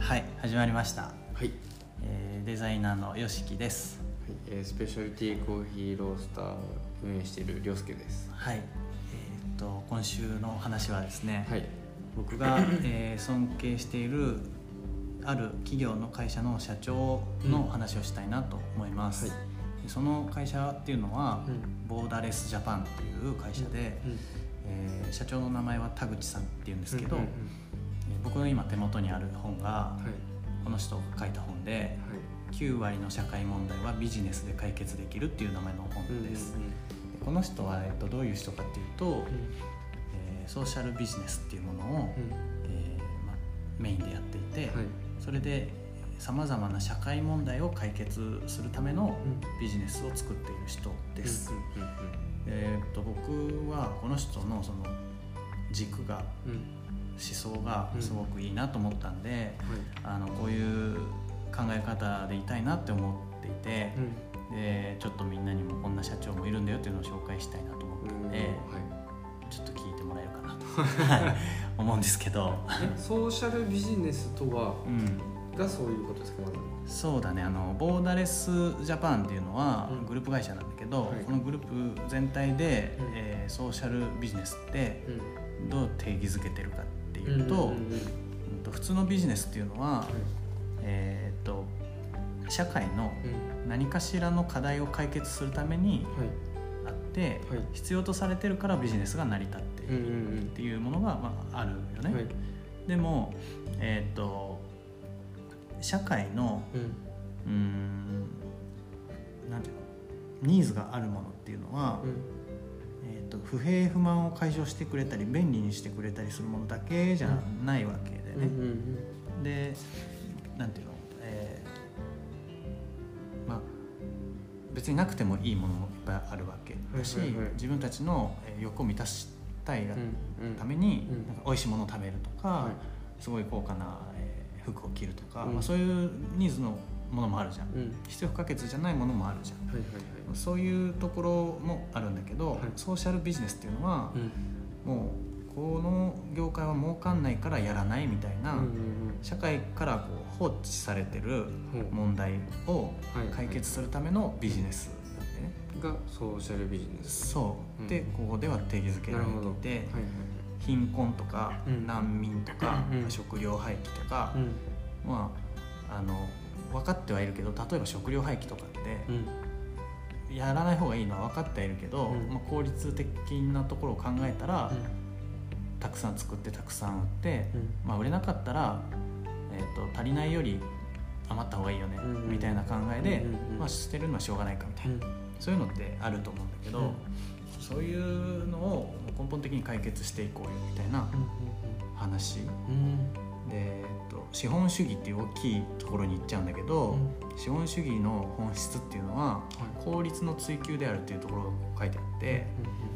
はい、始まりました。 はい、 デザイナーのよしきです。 はい、スペシャルティーコーヒーロースターを運営しているりょうすけです。 はい、今週の話はですね、 はい、 僕が、尊敬しているある企業の会社の社長の話をしたいなと思います。はい、その会社っていうのは、ボーダレスジャパンっていう会社で、社長の名前は田口さんっていうんですけど、僕の今手元にある本が、この人が書いた本で、9割の社会問題はビジネスで解決できるっていう名前の本です。この人は、どういう人かっていうと、ソーシャルビジネスっていうものを、メインでやっていて、それでさまざまな社会問題を解決するためのビジネスを作っている人です。僕はこの人のその軸が、思想がすごくいいなと思ったんで、こういう考え方でいたいなって思っていて、でちょっとみんなにもこんな社長もいるんだよっていうのを紹介したいなと思ったんで、ちょっと聞いてもらえるかなと思うんですけどソーシャルビジネスとは、がそういうことですか？ そうだね、ボーダレスジャパンっていうのはグループ会社なんだけど、このグループ全体で、ソーシャルビジネスってどう定義づけてるかっていうと、普通のビジネスっていうのは、社会の何かしらの課題を解決するためにあって、必要とされてるからビジネスが成り立っているっていうものが、あるよね。でも、社会の、なんていうの、ニーズがあるものっていうのは、不平不満を解消してくれたり便利にしてくれたりするものだけじゃないわけでね。で、なんていうの、別になくてもいいものもいっぱいあるわけだし、自分たちの欲を満たしたいがために、なんか美味しいものを食べるとか、すごい高価な服を着るとか、そういうニーズのものもあるじゃん、必要不可欠じゃないものもあるじゃん、そういうところもあるんだけど、ソーシャルビジネスっていうのは、もうこの業界は儲かんないからやらないみたいな、社会からこう放置されてる問題を解決するためのビジネスなんでね、 がソーシャルビジネス。 そうで、ここでは定義づけられていて、貧困とか、難民とか、食料廃棄とか、分かってはいるけど、例えば食料廃棄とかってやらない方がいいのは分かってはいるけど、効率的なところを考えたら、たくさん作ってたくさん売って、売れなかったら、足りないより余った方がいいよね、みたいな考えで、捨てるのはしょうがないかみたいな、そういうのってあると思うんだけど、そういうのを根本的に解決していこうよみたいな話、で、資本主義っていう大きいところに行っちゃうんだけど、資本主義の本質っていうのは効率の追求であるっていうところが書いてあって、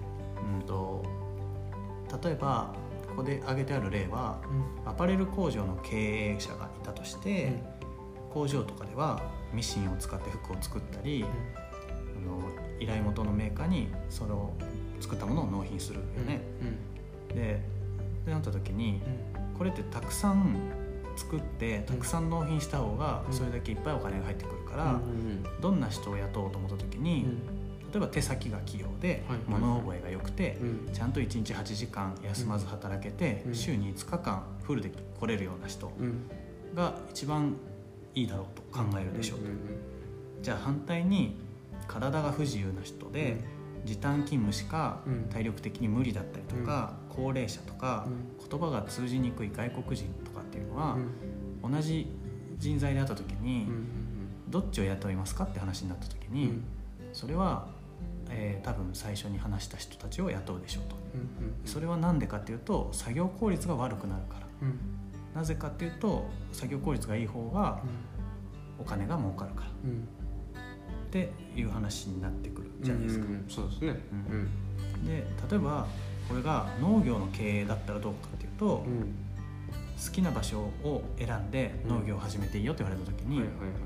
例えばここで挙げてある例は、アパレル工場の経営者がいたとして、工場とかではミシンを使って服を作ったり、依頼元のメーカーにそれを作ったものを納品するよね。でなった時に、これってたくさん作ってたくさん納品した方がそれだけいっぱいお金が入ってくるから、どんな人を雇おうと思った時に、例えば手先が器用で物覚えが良くて、ちゃんと1日8時間休まず働けて、週に5日間フルで来れるような人が一番いいだろうと考えるでしょうと。じゃあ反対に体が不自由な人で、時短勤務しか体力的に無理だったりとか、高齢者とか、言葉が通じにくい外国人とかっていうのは、同じ人材であった時に、どっちを雇いますかって話になった時に、それは、多分最初に話した人たちを雇うでしょうと。それは何でかっていうと、作業効率が悪くなるから、なぜかっていうと、作業効率がいい方がお金が儲かるから、っていう話になってくるじゃないですか。 そうですね。 で、例えばこれが農業の経営だったらどうかっていうと、好きな場所を選んで農業を始めていいよって言われた時に、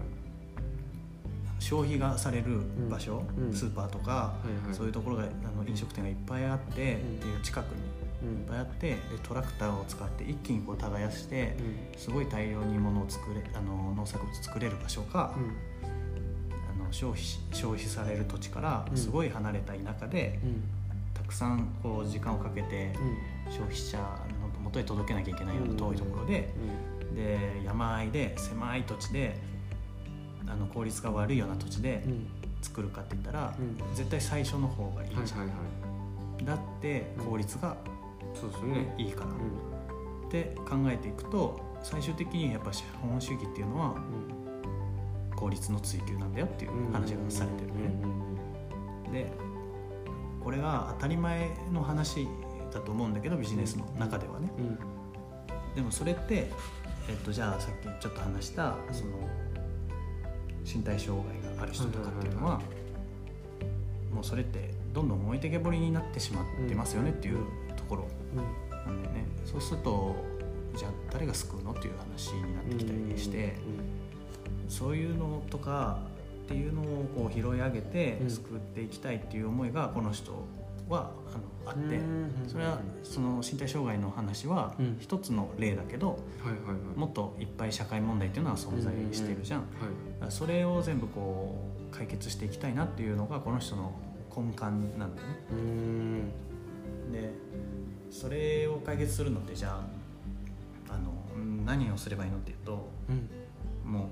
消費がされる場所、スーパーとか、そういうところが飲食店がいっぱいあってっていう近くにぱいあって、でトラクターを使って一気にこう耕してすごい大量に物を作れ農作物作れる場所か、消費される土地からすごい離れた田舎で、たくさんこう時間をかけて消費者の元へ届けなきゃいけないような遠いところで、で山あいで狭い土地で効率が悪いような土地で作るかって言ったら、絶対最初の方がいいじゃん、だって効率がいいから、って考えていくと、最終的にやっぱ資本主義っていうのは効率の追求なんだよっていう話がされてるね。でこれが当たり前の話だと思うんだけど、ビジネスの中ではね、でもそれって、じゃあさっきちょっと話したその身体障害がある人とかっていうのは、もうそれってどんどん置いてけぼりになってしまってますよねっていうところなんだよね。そうするとじゃあ誰が救うのっていう話になってきたりして、そういうのとかっていうのをこう拾い上げて救っていきたいっていう思いがこの人はあって、それはその身体障害の話は一つの例だけど、もっといっぱい社会問題っていうのは存在してるじゃん。それを全部こう解決していきたいなっていうのがこの人の根幹なんだよね。でそれを解決するのってじゃあ何をすればいいのっていうと、もう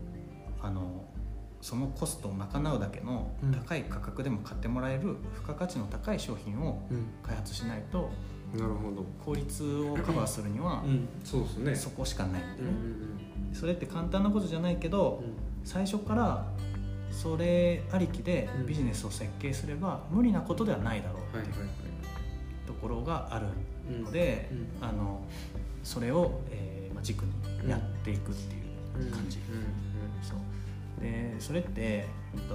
そのコストを賄うだけの高い価格でも買ってもらえる付加価値の高い商品を開発しないと、 なるほど、 効率をカバーするにはそうですね、 そこしかないんでね。それって簡単なことじゃないけど、最初からそれありきでビジネスを設計すれば無理なことではないだろうっていうところがあるので、それを軸にやっていくっていう感じ。そうでそれって、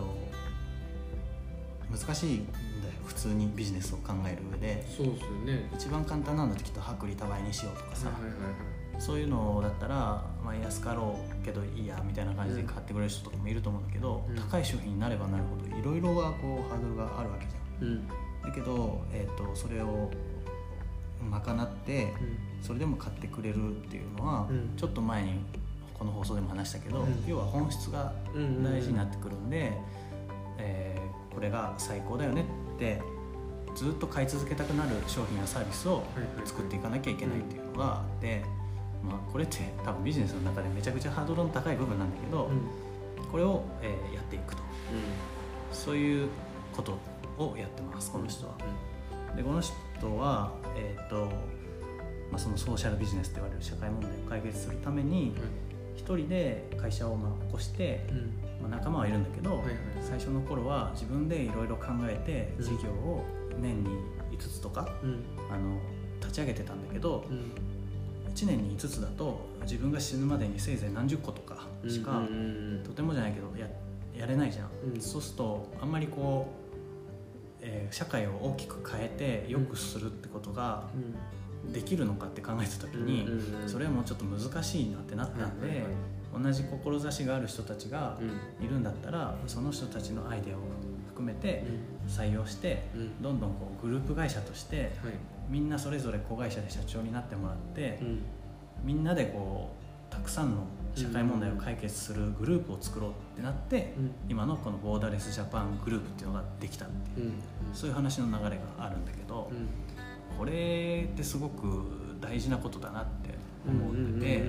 難しいんだよ、普通にビジネスを考える上で。 そうですよね。 一番簡単なのってきっと薄利多売にしようとかさ、そういうのだったら、安かろうけどいいやみたいな感じで買ってくれる人とかもいると思うんだけど、高い商品になればなるほどいろいろはこうハードルがあるわけじゃん。だけど、それを賄って、それでも買ってくれるっていうのは、ちょっと前にこの放送でも話したけど、要は本質が大事になってくるんで、これが最高だよねってずっと買い続けたくなる商品やサービスを作っていかなきゃいけないっていうのがあって、これって多分ビジネスの中でめちゃくちゃハードルの高い部分なんだけど、これを、やっていくと、そういうことをやってます、この人は。でこの人は、そのソーシャルビジネスと言われる社会問題を解決するために、一人で会社を起こして、仲間はいるんだけど、最初の頃は自分でいろいろ考えて事業を年に5つとか、立ち上げてたんだけど、1年に5つだと自分が死ぬまでにせいぜい何十個とかしか、とてもじゃないけど やれないじゃん。そうするとあんまりこう、社会を大きく変えて良くするってことができるのかって考えた時に、それはもうちょっと難しいなってなったんで、同じ志がある人たちがいるんだったら、その人たちのアイデアを含めて採用して、どんどんこうグループ会社として、みんなそれぞれ子会社で社長になってもらって、みんなでこうたくさんの社会問題を解決するグループを作ろうってなって、今のこのボーダレスジャパングループっていうのができたっていう、そういう話の流れがあるんだけど、これってすごく大事なことだなって思ってて、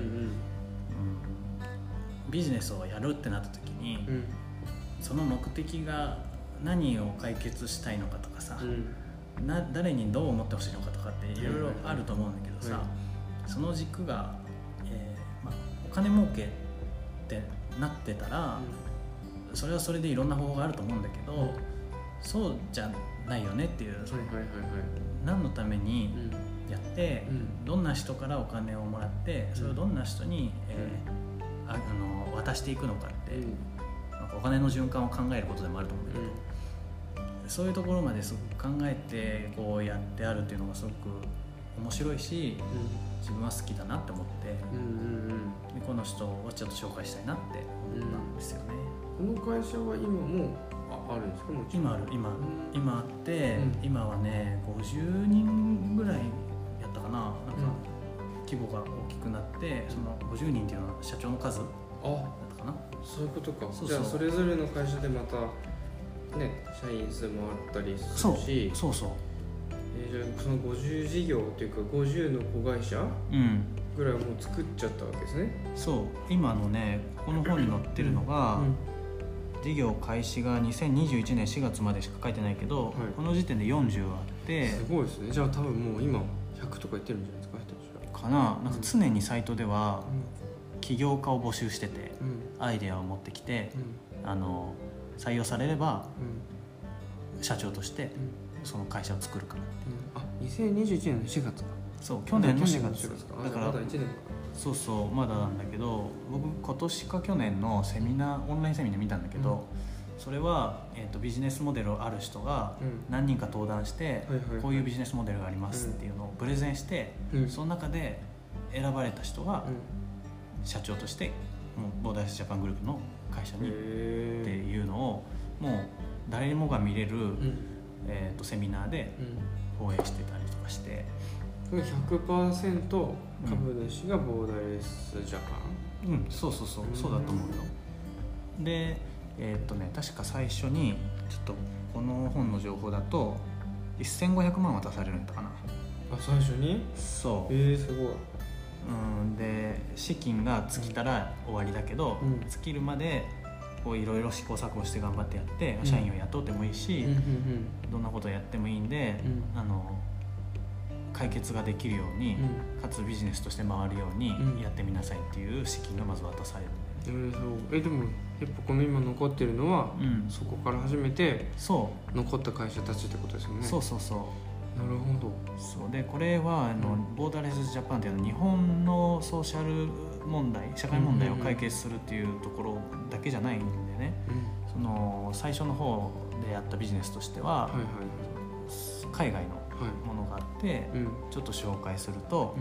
ビジネスをやるってなった時に、その目的が何を解決したいのかとかさ、誰にどう思ってほしいのかとかっていろいろあると思うんだけどさ、その軸が、お金儲けってなってたら、それはそれでいろんな方法があると思うんだけど、そうじゃないよねっていう、何のためにやって、どんな人からお金をもらって、それをどんな人に、渡していくのかって、お金の循環を考えることでもあると思うんだけど、そういうところまですごく考えてこうやってあるっていうのがすごく面白いし、自分は好きだなって思って、でこの人をちょっと紹介したいなって思ったんですよね。 この会社は今もあるんですか？ 今ある、今あって、今はね50人ぐらい規模が大きくなってその50人っていうのは社長の数だったかな。 そういうことか。 そうそうじゃあそれぞれの会社でまたね社員数もあったりするし、 そうそう、 じゃあその50事業というか50の子会社うんぐらいはもう作っちゃったわけですね。 そう今のねこの本に載ってるのが、事業開始が2021年4月までしか書いてないけど、この時点で40あってすごいですね。じゃあ多分もう今100とか言ってるんじゃないですか、人たちは。 かな。なんか常にサイトでは起業家を募集してて、アイデアを持ってきて、採用されれば社長としてその会社を作るからって、 2021年の4月か。 そう去年の4月か。 だからまだ1年か。 そうそうまだなんだけど、僕今年か去年のセミナーオンラインセミナー見たんだけど、それは、ビジネスモデルある人が何人か登壇して、こういうビジネスモデルがありますっていうのをプレゼンして、その中で選ばれた人が社長としてもうボーダーレスジャパングループの会社にっていうのをもう誰もが見れる、セミナーで放映してたりとかして、 100% 株主がボーダーレスジャパン。 そうそうそう、そうだと思うよ。で確か最初にちょっとこの本の情報だと1500万渡されるんだかな。 最初に？ そう。 すごい。 で資金が尽きたら終わりだけど、尽きるまでこういろいろ試行錯誤して頑張ってやって、社員を雇ってもいいし、どんなことをやってもいいんで、解決ができるように、かつビジネスとして回るようにやってみなさいっていう資金がまず渡される。 でもやっぱこの今残ってるのは、そこから初めて残った会社たちってことですよね。 そうそうそう。 なるほど。 そうでこれはボーダーレスジャパンっていうのは日本のソーシャル問題社会問題を解決するっていうところだけじゃないんでね、その最初の方でやったビジネスとしては、海外のものがあって、ちょっと紹介すると、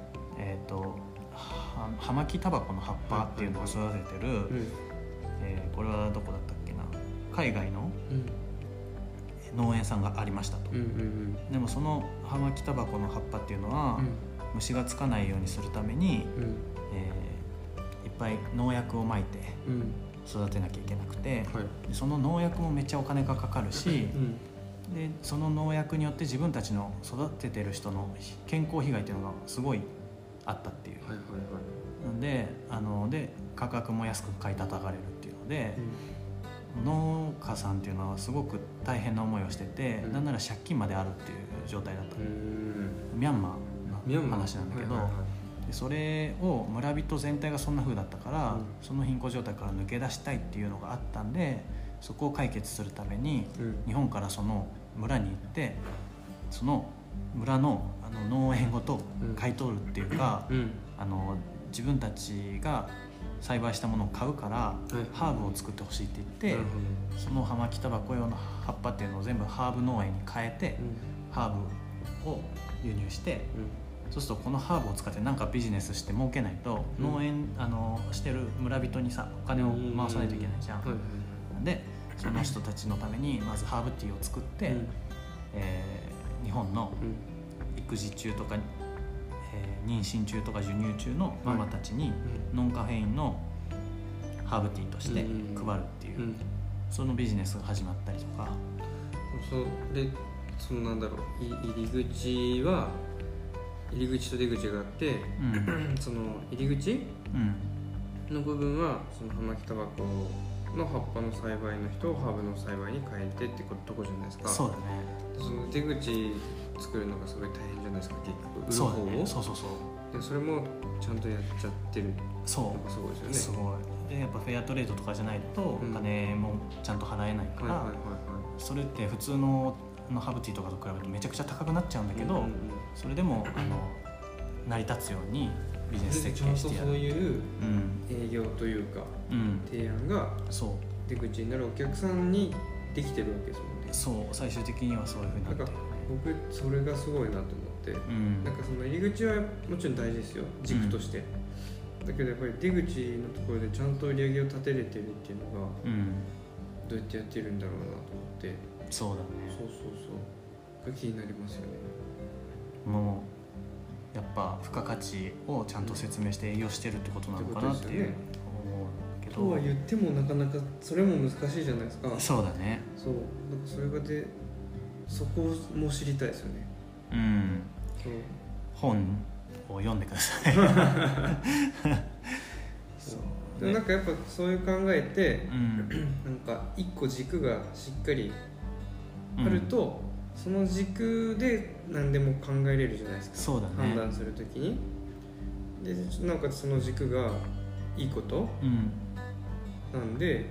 葉巻タバコの葉っぱっていうのを育ててる、これはどこだったっけな、海外の農園さんがありましたと、でもその葉巻タバコの葉っぱっていうのは、虫がつかないようにするために、いっぱい農薬をまいて育てなきゃいけなくて、その農薬もめっちゃお金がかかるし、でその農薬によって自分たちの育ててる人の健康被害っていうのがすごいあったっていう、で価格も安く買い叩かれるっていうので、農家さんっていうのはすごく大変な思いをしてて、なんなら借金まであるっていう状態だった、ミャンマーの話なんだけど、でそれを村人全体がそんな風だったから、その貧困状態から抜け出したいっていうのがあったんで、そこを解決するために、日本からその村に行ってその村の農園ごと買い取るっていうか、自分たちが栽培したものを買うから、ハーブを作ってほしいって言って、その葉巻タバコ用の葉っぱっていうのを全部ハーブ農園に変えて、ハーブを輸入して、そうするとこのハーブを使って何かビジネスして儲けないと、農園してる村人にさお金を回さないといけないじゃん、でその人たちのためにまずハーブティーを作って、日本の育児中とか、妊娠中とか授乳中のママたちにノンカフェインのハーブティーとして配るっていう、そのビジネスが始まったりとか。 でなんだろう、入り口と出口があって、その入り口の部分はその葉巻タバコの葉っぱの栽培の人をハーブの栽培に変えてってとこじゃないですか。 そうだね。 その出口作るのがすごい大変じゃないですか、結局売る方を。 そうでそれもちゃんとやっちゃってるのがすごいですよね。 すごい。でやっぱフェアトレードとかじゃないとお金もちゃんと払えないから、それって普通のハーブティーとかと比べてめちゃくちゃ高くなっちゃうんだけど、それでも成り立つようにビジネス設計してやる。 そういう営業というか、提案が出口になるお客さんにできてるわけですもんね。 そう、最終的にはそういうふうになってる。 僕それがすごいなと思って、なんかその入り口はもちろん大事ですよ、軸として、だけどやっぱり出口のところでちゃんと売り上げを立てれてるっていうのが、どうやってやってるんだろうなと思って。 そうだね。 そうが気になりますよね。 もうやっぱ付加価値をちゃんと説明して営業してるってことなのかなっていう、思うけど。 とは言ってもなかなかそれも難しいじゃないですか。 そうだね。 そう、なんかそれがでそこも知りたいですよね。 うん。 そう、 本を読んでください。 そうでなんかやっぱそういう考えて、なんか一個軸がしっかりあると、その軸で何でも考えれるじゃないですか。 そうだね。 判断するときにで、なおかつその軸がいいこと、なんで、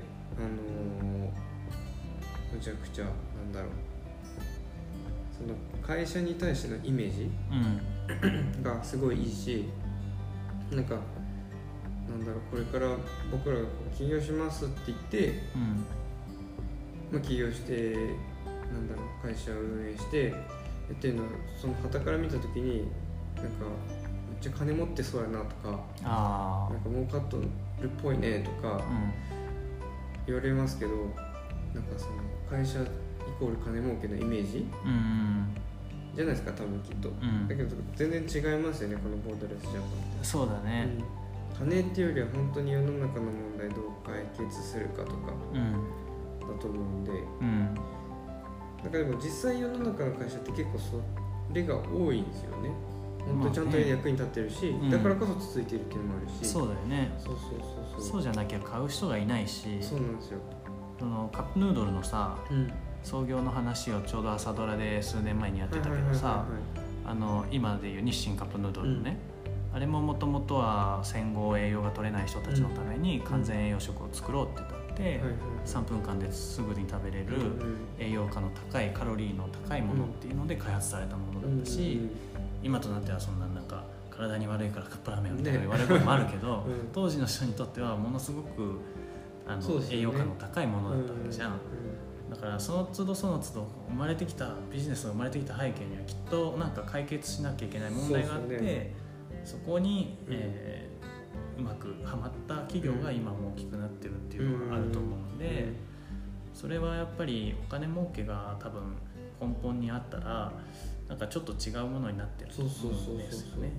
むちゃくちゃなんだろう、その会社に対してのイメージがすごいいいし、なんかなんだろう、これから僕らが起業しますって言って、まあ、起業してなんだろう、会社を運営してっていうのは、その傍から見た時になんかめっちゃ金持ってそうやなとか、なんか儲かっとるっぽいねとか言われますけど、なんかその会社イコール金儲けのイメージ、じゃないですか多分きっと、だけど全然違いますよね、このボーダレスジャパンって。そうだね、金っていうよりは本当に世の中の問題どう解決するかとかだと思うんで、だからでも実際世の中の会社って結構それが多いんですよね。本当にちゃんと役に立ってるし、だからこそ続いてるっていうのもあるし。そうだよね。そうじゃなきゃ買う人がいないし。そうなんですよ。そのカップヌードルのさ、創業の話をちょうど朝ドラで数年前にやってたけどさ、今でいう日清カップヌードルのね、あれももともとは戦後栄養が取れない人たちのために完全栄養食を作ろうって言って3分間ですぐに食べれる栄養価の高いカロリーの高いものっていうので開発されたものだったし、今となってはそんななんか体に悪いからカップラーメンみたいな言われることもあるけど、当時の人にとってはものすごく栄養価の高いものだったわけじゃん。だからその都度その都度生まれてきたビジネスが生まれてきた背景にはきっとなんか解決しなきゃいけない問題があって、そこにうまくはまった企業が今も大きくなってるっていうのがあると思うんで、それはやっぱりお金儲けが多分根本にあったらなんかちょっと違うものになってると思うんですよね。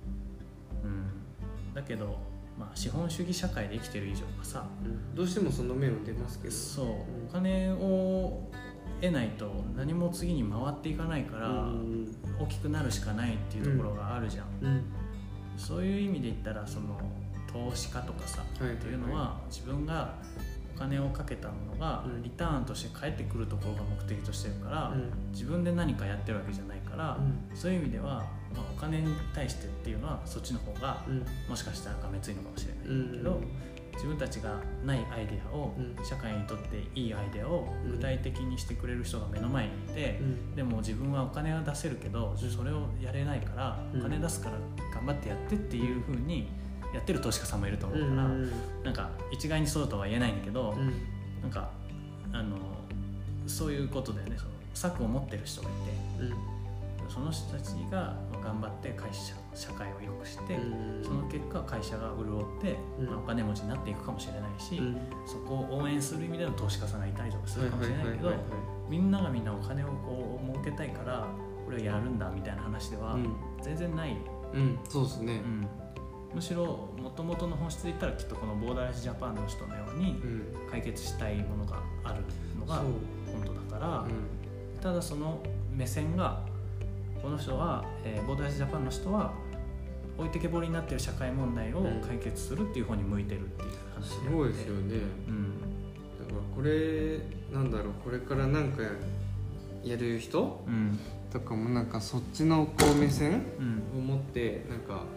だけどまあ資本主義社会で生きてる以上はさ、どうしてもその面は出ますけど、そうお金を得ないと何も次に回っていかないから大きくなるしかないっていうところがあるじゃん。そういう意味で言ったらその投資家とかさ、っていうのは自分がお金をかけたものがリターンとして返ってくるところが目的としてるから、自分で何かやってるわけじゃないから、そういう意味では、まあ、お金に対してっていうのはそっちの方が、もしかしたらがめついのかもしれないけど、自分たちがないアイデアを、社会にとっていいアイデアを具体的にしてくれる人が目の前にいて、でも自分はお金は出せるけどそれをやれないからお金出すから頑張ってやってっていう風にやってる投資家さんもいると思うから、なんか一概にそうとは言えないんだけど、なんかそういうことでね、その策を持ってる人がいて、その人たちが頑張って社会を良くして、その結果会社が潤って、お金持ちになっていくかもしれないし、そこを応援する意味での投資家さんがいたりとかするかもしれないけど、みんながみんなお金をこう儲けたいからこれをやるんだみたいな話では全然ない。そうですね。むしろ元々の本質で言ったらきっとこのボーダーレスジャパンの人のように解決したいものがあるのが本当だから、ただその目線がこの人は、ボーダーレスジャパンの人は置いてけぼりになっている社会問題を解決するっていう方に向いてるっていう話で、すごいですよね。だからこれなんだろう、これからなんかやる人、とかもなんかそっちのこう目線を持ってなんか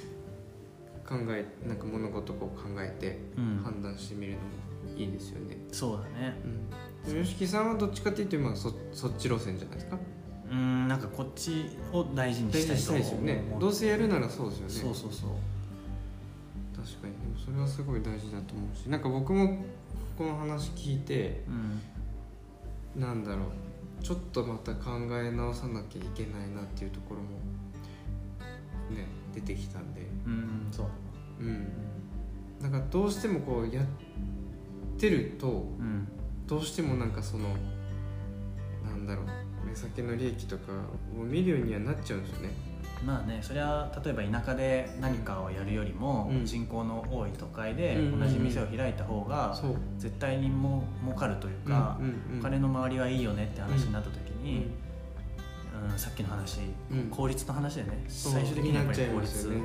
なんか物事を考えて判断してみるのもいいですよね。そうだね。吉木さんはどっちかっていうと今そっち路線じゃないですか。なんかこっちを大事にしたいと思う。ですよね。どうせやるならそうですよね。そうそうそう。確かにそれはすごい大事だと思うし、なんか僕もこの話聞いて、なんだろう、ちょっとまた考え直さなきゃいけないなっていうところもね出てきたんで、そう。なんかどうしてもこうやってると、どうしてもなんかそのなんだろう、目先の利益とかを見るようにはなっちゃうんですよね。 まあね、それは例えば田舎で何かをやるよりも、人口の多い都会で同じ店を開いた方が絶対にも儲かるというか、お金の回りはいいよねって話になった時に、さっきの話、効率の話でね、最終的にやっぱり効率、そう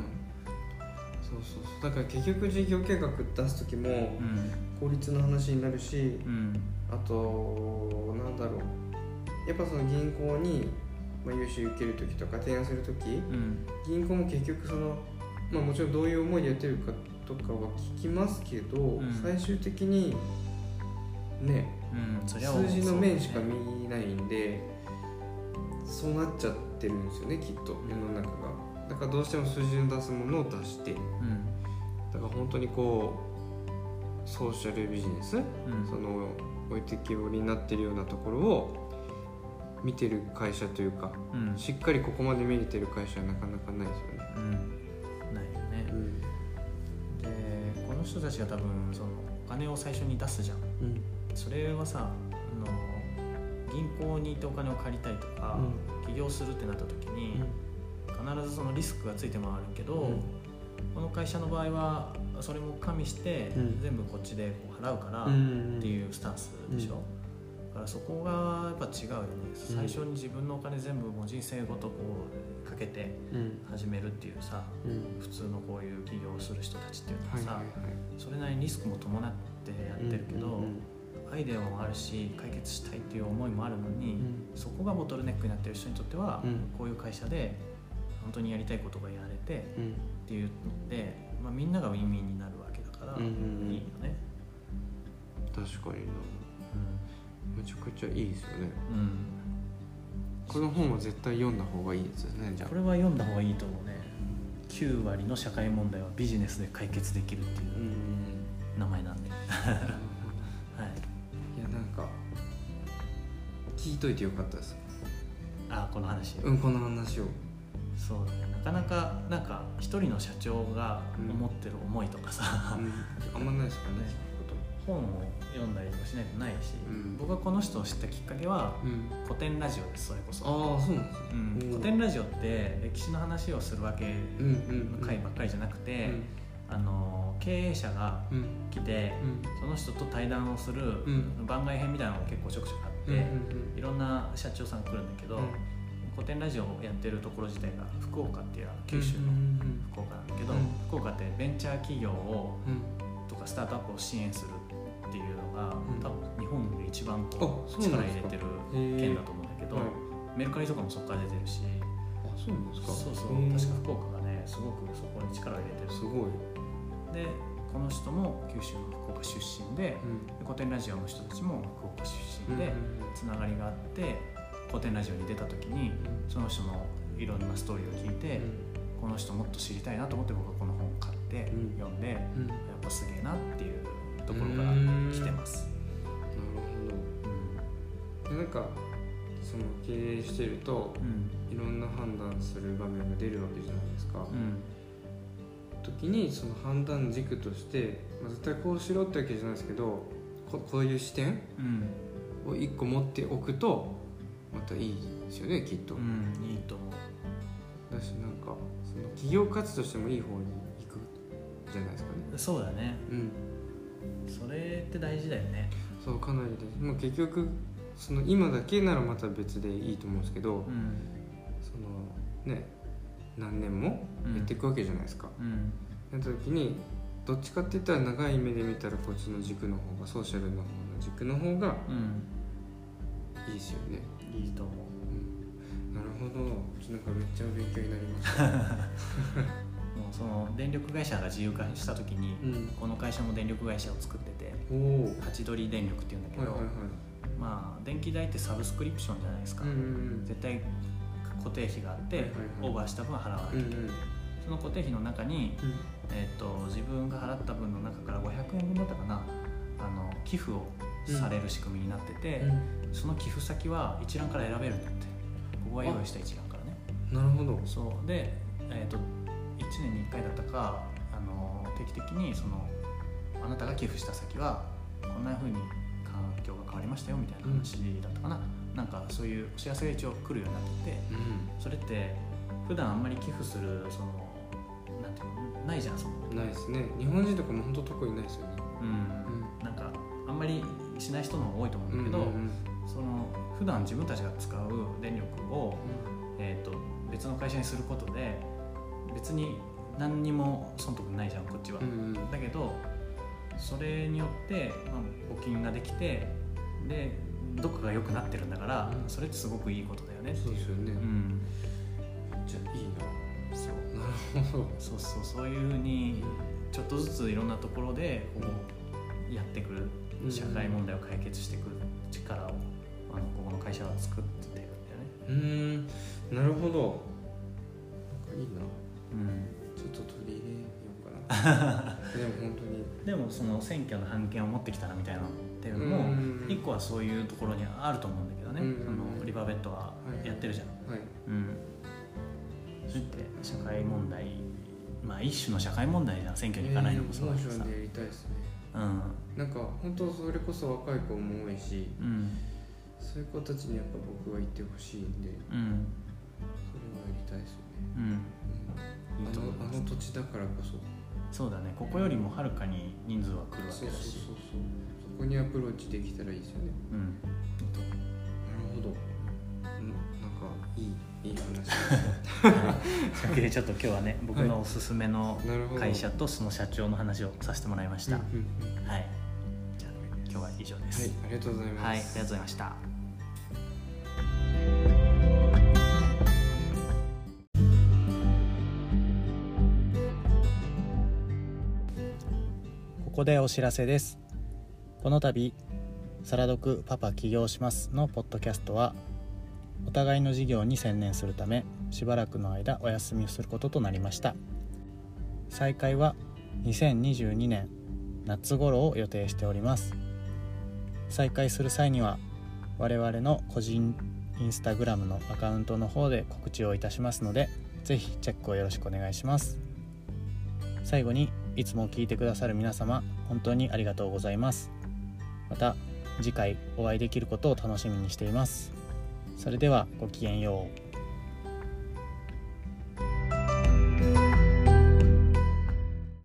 だから結局事業計画出す時も効率の話になるし、あとなんだろう、やっぱその銀行に融資受けるときとか提案するとき、銀行も結局その、もちろんどういう思いでやってるかとかは聞きますけど、最終的にね、数字の面しか見ないんで、そうなっちゃってるんですよね、きっと世の中が。だからどうしても数字の出すものを出して、だから本当にこうソーシャルビジネス、その置いてきぼりになってるようなところを見てる会社というか、しっかりここまで見れてる会社はなかなかないですよね。 ないよね。でこの人たちが多分そのお金を最初に出すじゃん。それはさ、銀行に行ってお金を借りたりとか、起業するってなった時に、必ずそのリスクがついて回るけど、この会社の場合はそれも加味して全部こっちでこう払うからっていうスタンスでしょ。だからそこがやっぱ違うよね。最初に自分のお金全部もう人生ごとこうかけて始めるっていうさ、普通のこういう起業をする人たちっていうのはさ、それなりにリスクも伴ってやってるけど、アイデアもあるし解決したいっていう思いもあるのに、そこがボトルネックになってる人にとっては、こういう会社で本当にやりたいことがやれてっていうので、みんながウィンウィンになるわけだからいいよね。 確かにな、めちゃくちゃいいですよね。この本は絶対読んだ方がいいですよね。じゃあこれは読んだ方がいいと思うね。9割の社会問題はビジネスで解決できるっていう名前なんで、はい、 いやなんか聞いといてよかったです。 この話、 この話を。 そうだね、なかなかなんか一人の社長が思ってる思いとかさ、 あんまないですかね。 本を読んだりとかしないとないし、僕はこの人を知ったきっかけは、古典ラジオです。それこそ。 そうなんですね。 古典ラジオって歴史の話をするわけの回ばっかりじゃなくて、経営者が来て、その人と対談をする番外編みたいなのが結構ちょくちょくあって、いろんな社長さん来るんだけど、古典ラジオをやってるところ自体が福岡っていう九州の福岡なんだけど、福岡ってベンチャー企業をとかスタートアップを支援するっていうのが、多分日本で一番こう力入れてる県だと思うんだけど、メルカリとかもそこから出てるし。 そうなんですか。 そうそう、確か福岡がねすごくそこに力を入れてる。 すごい。 でこの人も九州の福岡出身で、古典ラジオの人たちも福岡出身で、つながりがあって、古典ラジオに出た時にその人のいろんなストーリーを聞いて、この人もっと知りたいなと思って僕はこの本を買って読んで、やっぱすげえなっていうところから来てます。 なるほど。なんかその経営してると、いろんな判断する場面が出るわけじゃないですか。時にその判断軸として、絶対こうしろってわけじゃないですけど、こういう視点を一個持っておくとまたいいですよね、きっと。 いいと思う。 だしなんかその企業価値としてもいい方に行くじゃないですかね。 そうだね。それって大事だよね。 そうかなり大事。もう結局その今だけならまた別でいいと思うんですけど、そのね何年もやっていくわけじゃないですか。やった時にどっちかって言ったら長い目で見たらこっちの軸の方が、ソーシャルの方の軸の方がいいですよね。 いいと思う。 なるほど。なんかめっちゃ勉強になりました。 もうその電力会社が自由化した時に、この会社も電力会社を作ってて、ハチドリ電力っていうんだけど、電気代ってサブスクリプションじゃないですか。絶対固定費があって、オーバーした分は払わなきゃいけない。その固定費の中に、自分が払った分の中から500円分だったかな、寄付をされる仕組みになってて、その寄付先は一覧から選べるんだって。ここが用意した一覧からね。 なるほど。 そうで、1年に1回だったか、定期的にそのあなたが寄付した先はこんな風に環境が変わりましたよみたいな話だったかな。なんかそういうお知らせが一応来るようになってて、それって普段あんまり寄付するなんていうのないじゃん。 ないですね。日本人とかも本当特にないですよね。 なんかあんまりしない人の方が多いと思うんだけど、普段自分たちが使う電力を、別の会社にすることで別に何にも損得ないじゃんこっちは、だけどそれによって、募金ができてでどこかが良くなってるんだから、それってすごくいいことだよねっていう。 そうですよね。じゃあいいな。 そう、なるほど。そういう風にちょっとずついろんなところでこうやってくる、社会問題を解決していく力をここの会社は作ってるんだよね。 なるほど。いいな。ちょっと取り入れようかな。でも本当に。 でもその選挙の判権を持ってきたらみたいなっていうのも一個はそういうところにあると思うんだけどね。リバーベットはやってるじゃん。それって社会問題、一種の社会問題じゃん。選挙に行かないのもそうだけどさ。 でやりたいですね。なんか本当それこそ若い子も多いし、そういう子たちにやっぱ僕は行ってほしいんで、それはやりたいですよね。あの土地だからこそ。 そうだね。ここよりもはるかに人数は来るわけだし、 そこにアプローチできたらいいですよね。なるほど。なんかいい話でちょっと今日はね、僕のおすすめの会社とその社長の話をさせてもらいました。はい。じゃあ今日は以上です。 はい、ありがとうございます。 はい、ありがとうございました。ここでお知らせです。この度サラドクパパ起業しますのポッドキャストはお互いの事業に専念するためしばらくの間お休みをすることとなりました。再開は2022年夏頃を予定しております。再開する際には我々の個人インスタグラムのアカウントの方で告知をいたしますので、ぜひチェックをよろしくお願いします。最後にいつも聞いてくださる皆様、本当にありがとうございます。また次回お会いできることを楽しみにしています。それではごきげんよう。